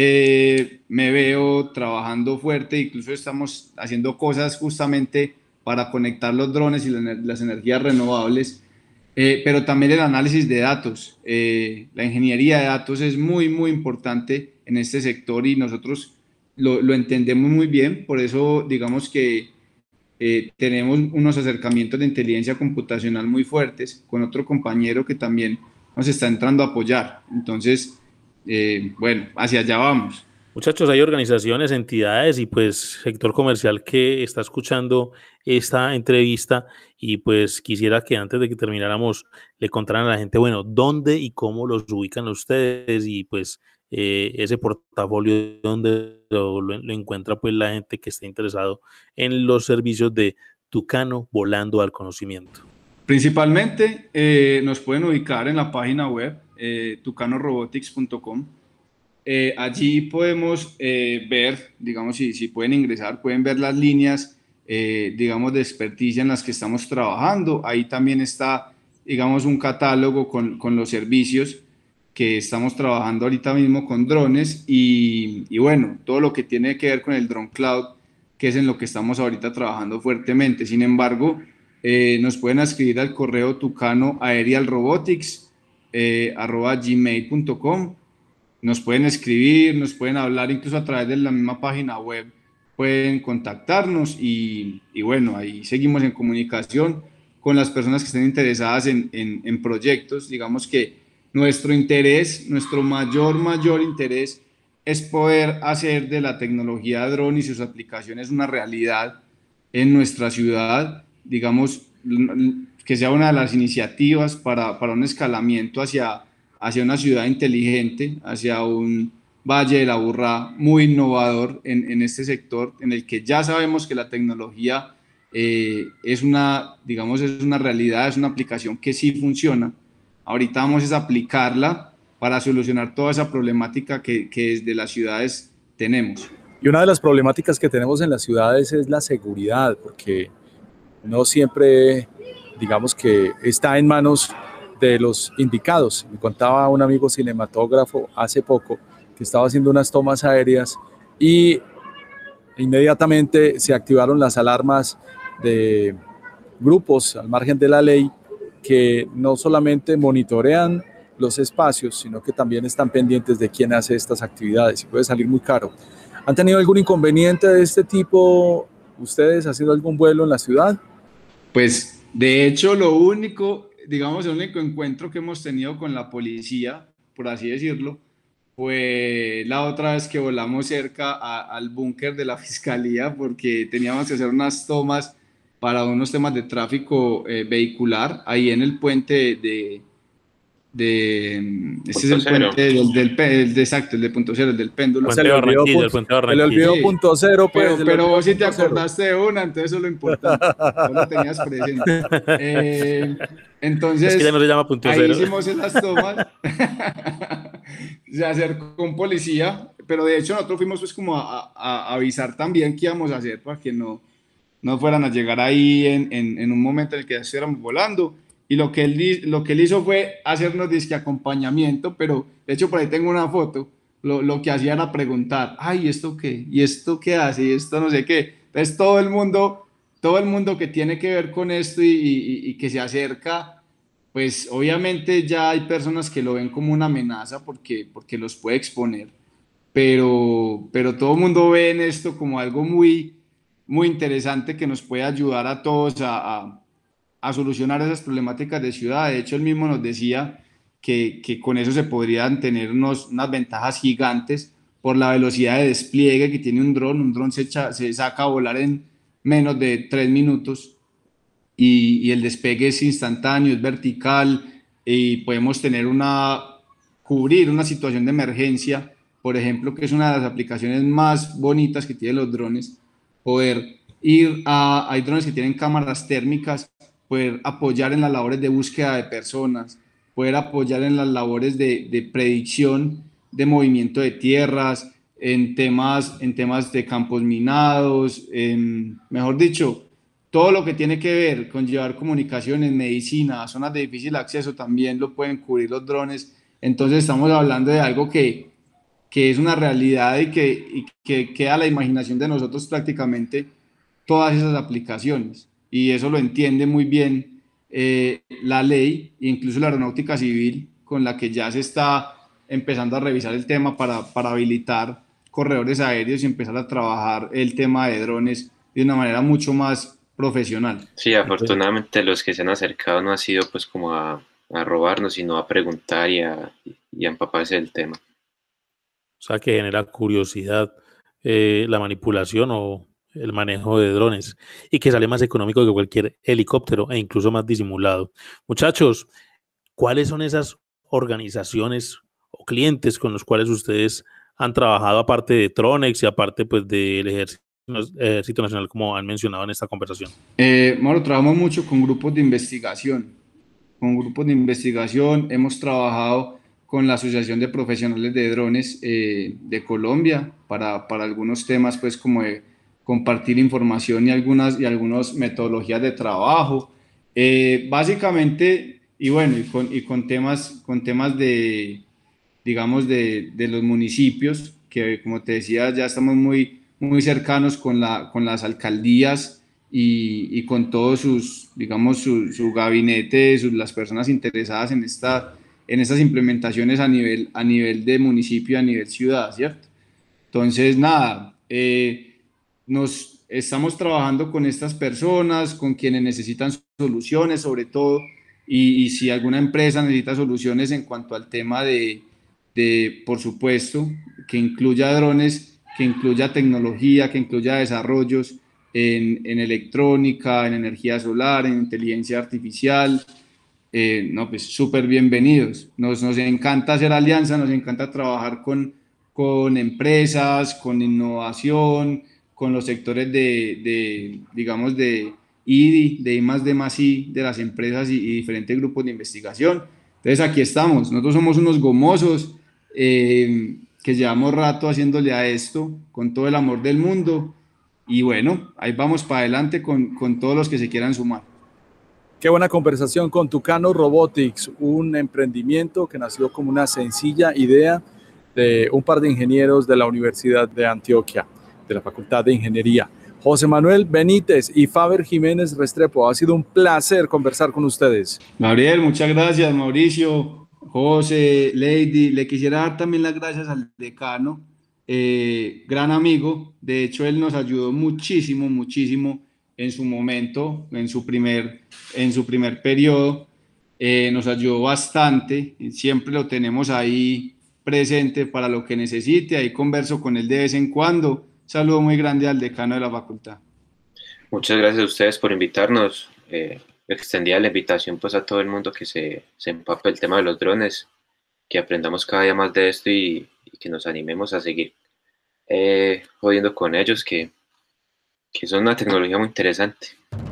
eh, me veo trabajando fuerte, incluso estamos haciendo cosas justamente para conectar los drones y la, las energías renovables, eh, pero también el análisis de datos. Eh, la ingeniería de datos es muy, muy importante en este sector y nosotros lo, lo entendemos muy bien, por eso digamos que eh, tenemos unos acercamientos de inteligencia computacional muy fuertes con otro compañero que también nos está entrando a apoyar. Entonces, eh, bueno, hacia allá vamos. Muchachos, hay organizaciones, entidades y pues sector comercial que está escuchando esta entrevista y pues quisiera que antes de que termináramos le contaran a la gente, bueno, dónde y cómo los ubican ustedes y pues eh, ese portafolio donde lo, lo, lo encuentra pues la gente que esté interesado en los servicios de Tucano Volando al Conocimiento. Principalmente eh, nos pueden ubicar en la página web eh, tucano robotics punto com. Eh, allí podemos eh, ver, digamos, si, si pueden ingresar, pueden ver las líneas, eh, digamos, de experticia en las que estamos trabajando. Ahí también está, digamos, un catálogo con, con los servicios que estamos trabajando ahorita mismo con drones y, y bueno, todo lo que tiene que ver con el Drone Cloud, que es en lo que estamos ahorita trabajando fuertemente. Sin embargo, eh, nos pueden escribir al correo tucano aerial robotics eh, arroba gmail punto com. Nos pueden escribir, nos pueden hablar incluso a través de la misma página web, pueden contactarnos y, y bueno, ahí seguimos en comunicación con las personas que estén interesadas en, en, en proyectos. Digamos que nuestro interés, nuestro mayor, mayor interés es poder hacer de la tecnología dron y sus aplicaciones una realidad en nuestra ciudad, digamos, que sea una de las iniciativas para, para un escalamiento hacia hacia una ciudad inteligente, hacia un Valle de la Aburrá muy innovador en, en este sector, en el que ya sabemos que la tecnología eh, es una, digamos, es una realidad, es una aplicación que sí funciona. Ahorita vamos a aplicarla para solucionar toda esa problemática que, que desde las ciudades tenemos. Y una de las problemáticas que tenemos en las ciudades es la seguridad, porque no siempre, digamos que está en manos de los indicados. Me contaba un amigo cinematógrafo hace poco que estaba haciendo unas tomas aéreas y inmediatamente se activaron las alarmas de grupos al margen de la ley que no solamente monitorean los espacios, sino que también están pendientes de quién hace estas actividades y puede salir muy caro. ¿Han tenido algún inconveniente de este tipo ustedes haciendo algún vuelo en la ciudad? Pues de hecho lo único digamos, el único encuentro que hemos tenido con la policía, por así decirlo, fue la otra vez que volamos cerca a, al búnker de la fiscalía porque teníamos que hacer unas tomas para unos temas de tráfico eh, vehicular ahí en el puente de... de, de este es el cero. puente del, del, del, del exacto, el de punto cero, el del péndulo. Se le olvidó, punto, el puente de se le olvidó sí. punto cero, pues. Pero, pero vos sí te acordaste de una, entonces eso es lo importante. No lo tenías presente. Eh, entonces, es que ya no se llama punto ahí cero. hicimos esas tomas. Se acercó un policía, pero de hecho nosotros fuimos pues como a, a, a avisar también qué íbamos a hacer para que no, no fueran a llegar ahí en, en, en un momento en el que ya estuviéramos volando. Y lo que él, lo que él hizo fue hacernos disque acompañamiento, pero de hecho por ahí tengo una foto. Lo, lo que hacía era preguntar, ay, ¿esto qué? ¿Y esto qué hace? ¿Y esto no sé qué? Entonces todo el mundo, todo el mundo que tiene que ver con esto y, y, y que se acerca, pues obviamente ya hay personas que lo ven como una amenaza porque, porque los puede exponer, pero, pero todo el mundo ve en esto como algo muy, muy interesante que nos puede ayudar a todos a, a, a solucionar esas problemáticas de ciudad. De hecho, él mismo nos decía que, que con eso se podrían tener unos, unas ventajas gigantes por la velocidad de despliegue que tiene un dron. Un dron se, echa, se saca a volar en menos de tres minutos y, y el despegue es instantáneo, es vertical y podemos tener una, cubrir una situación de emergencia, por ejemplo, que es una de las aplicaciones más bonitas que tienen los drones, poder ir a, hay drones que tienen cámaras térmicas, poder apoyar en las labores de búsqueda de personas, poder apoyar en las labores de, de predicción de movimiento de tierras, en temas, en temas de campos minados, en, mejor dicho, todo lo que tiene que ver con llevar comunicaciones, medicina, zonas de difícil acceso, también lo pueden cubrir los drones. Entonces estamos hablando de algo que, que es una realidad y que, y que queda a la imaginación de nosotros prácticamente todas esas aplicaciones. Y eso lo entiende muy bien eh, la ley e incluso la aeronáutica civil, con la que ya se está empezando a revisar el tema para, para habilitar corredores aéreos y empezar a trabajar el tema de drones de una manera mucho más profesional. Sí, afortunadamente los que se han acercado no ha sido pues como a, a robarnos, sino a preguntar y a, y a empaparse del tema. o sea que genera curiosidad eh, la manipulación o el manejo de drones y que sale más económico que cualquier helicóptero e incluso más disimulado. Muchachos, ¿cuáles son esas organizaciones o clientes con los cuales ustedes han trabajado aparte de Tronex y aparte pues del Ejército, Ejército Nacional como han mencionado en esta conversación? Eh, bueno, trabajamos mucho con grupos de investigación, con grupos de investigación, hemos trabajado con la Asociación de Profesionales de Drones eh, de Colombia para, para algunos temas pues como de compartir información y algunas y algunas metodologías de trabajo, eh, básicamente, y bueno, y con, y con temas, con temas de, digamos, de, de los municipios, que como te decía, ya estamos muy, muy cercanos con, la, con las alcaldías y, y con todos sus, digamos, su, su gabinete, sus, las personas interesadas en, esta, en estas implementaciones a nivel, a nivel de municipio, a nivel ciudad, ¿cierto? Entonces, nada, eh, nos estamos trabajando con estas personas, con quienes necesitan soluciones sobre todo, y, y si alguna empresa necesita soluciones en cuanto al tema de, de, por supuesto, que incluya drones, que incluya tecnología, que incluya desarrollos en, en electrónica, en energía solar, en inteligencia artificial, eh, no, pues súper bienvenidos. Nos, nos encanta hacer alianza, nos encanta trabajar con, con empresas, con innovación, con los sectores de, de digamos, de I D I, de I más D más I, de las empresas y, y diferentes grupos de investigación. Entonces aquí estamos, nosotros somos unos gomosos eh, que llevamos rato haciéndole a esto con todo el amor del mundo y bueno, ahí vamos para adelante con, con todos los que se quieran sumar. Qué buena conversación con Tucano Robotics, un emprendimiento que nació como una sencilla idea de un par de ingenieros de la Universidad de Antioquia, de la Facultad de Ingeniería. José Manuel Benítez y Faber Jiménez Restrepo, ha sido un placer conversar con ustedes. Gabriel, muchas gracias, Mauricio, José, Lady. Le quisiera dar también las gracias al decano, eh, gran amigo. De hecho, él nos ayudó muchísimo, muchísimo en su momento, en su primer, en su primer periodo. Eh, nos ayudó bastante, siempre lo tenemos ahí presente para lo que necesite. Ahí converso con él de vez en cuando. Saludo muy grande al decano de la facultad. Muchas gracias a ustedes por invitarnos. Eh, extendía la invitación pues a todo el mundo que se, se empape el tema de los drones, que aprendamos cada día más de esto y, y que nos animemos a seguir eh, jodiendo con ellos, que, que son una tecnología muy interesante.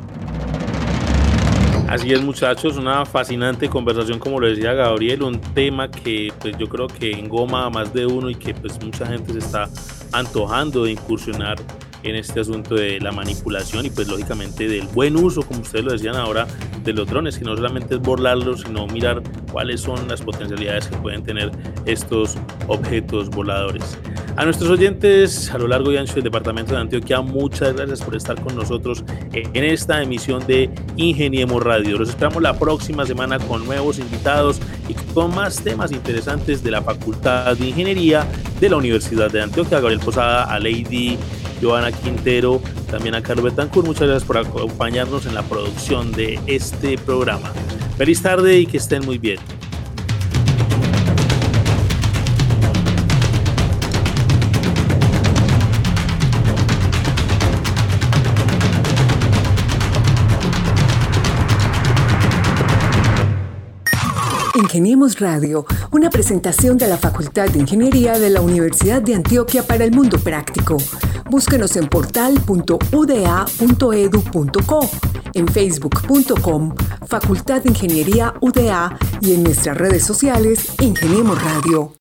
Así es, muchachos, una fascinante conversación, como lo decía Gabriel, un tema que pues yo creo que engoma a más de uno y que pues mucha gente se está antojando de incursionar en este asunto de la manipulación y pues lógicamente del buen uso, como ustedes lo decían ahora, de los drones, que no solamente es burlarlos, sino mirar cuáles son las potencialidades que pueden tener estos objetos voladores. A nuestros oyentes a lo largo y ancho del departamento de Antioquia, muchas gracias por estar con nosotros en esta emisión de Ingeniemos Radio. Los esperamos la próxima semana con nuevos invitados y con más temas interesantes de la Facultad de Ingeniería de la Universidad de Antioquia. Gabriel Posada, a Lady Joana Quintero, también a Carlos Betancourt, muchas gracias por acompañarnos en la producción de este programa. Feliz tarde y que estén muy bien. Ingeniemos Radio, una presentación de la Facultad de Ingeniería de la Universidad de Antioquia para el mundo práctico. Búsquenos en portal punto u d a punto e d u punto co, en facebook punto com, Facultad de Ingeniería U D A y en nuestras redes sociales Ingeniemos Radio.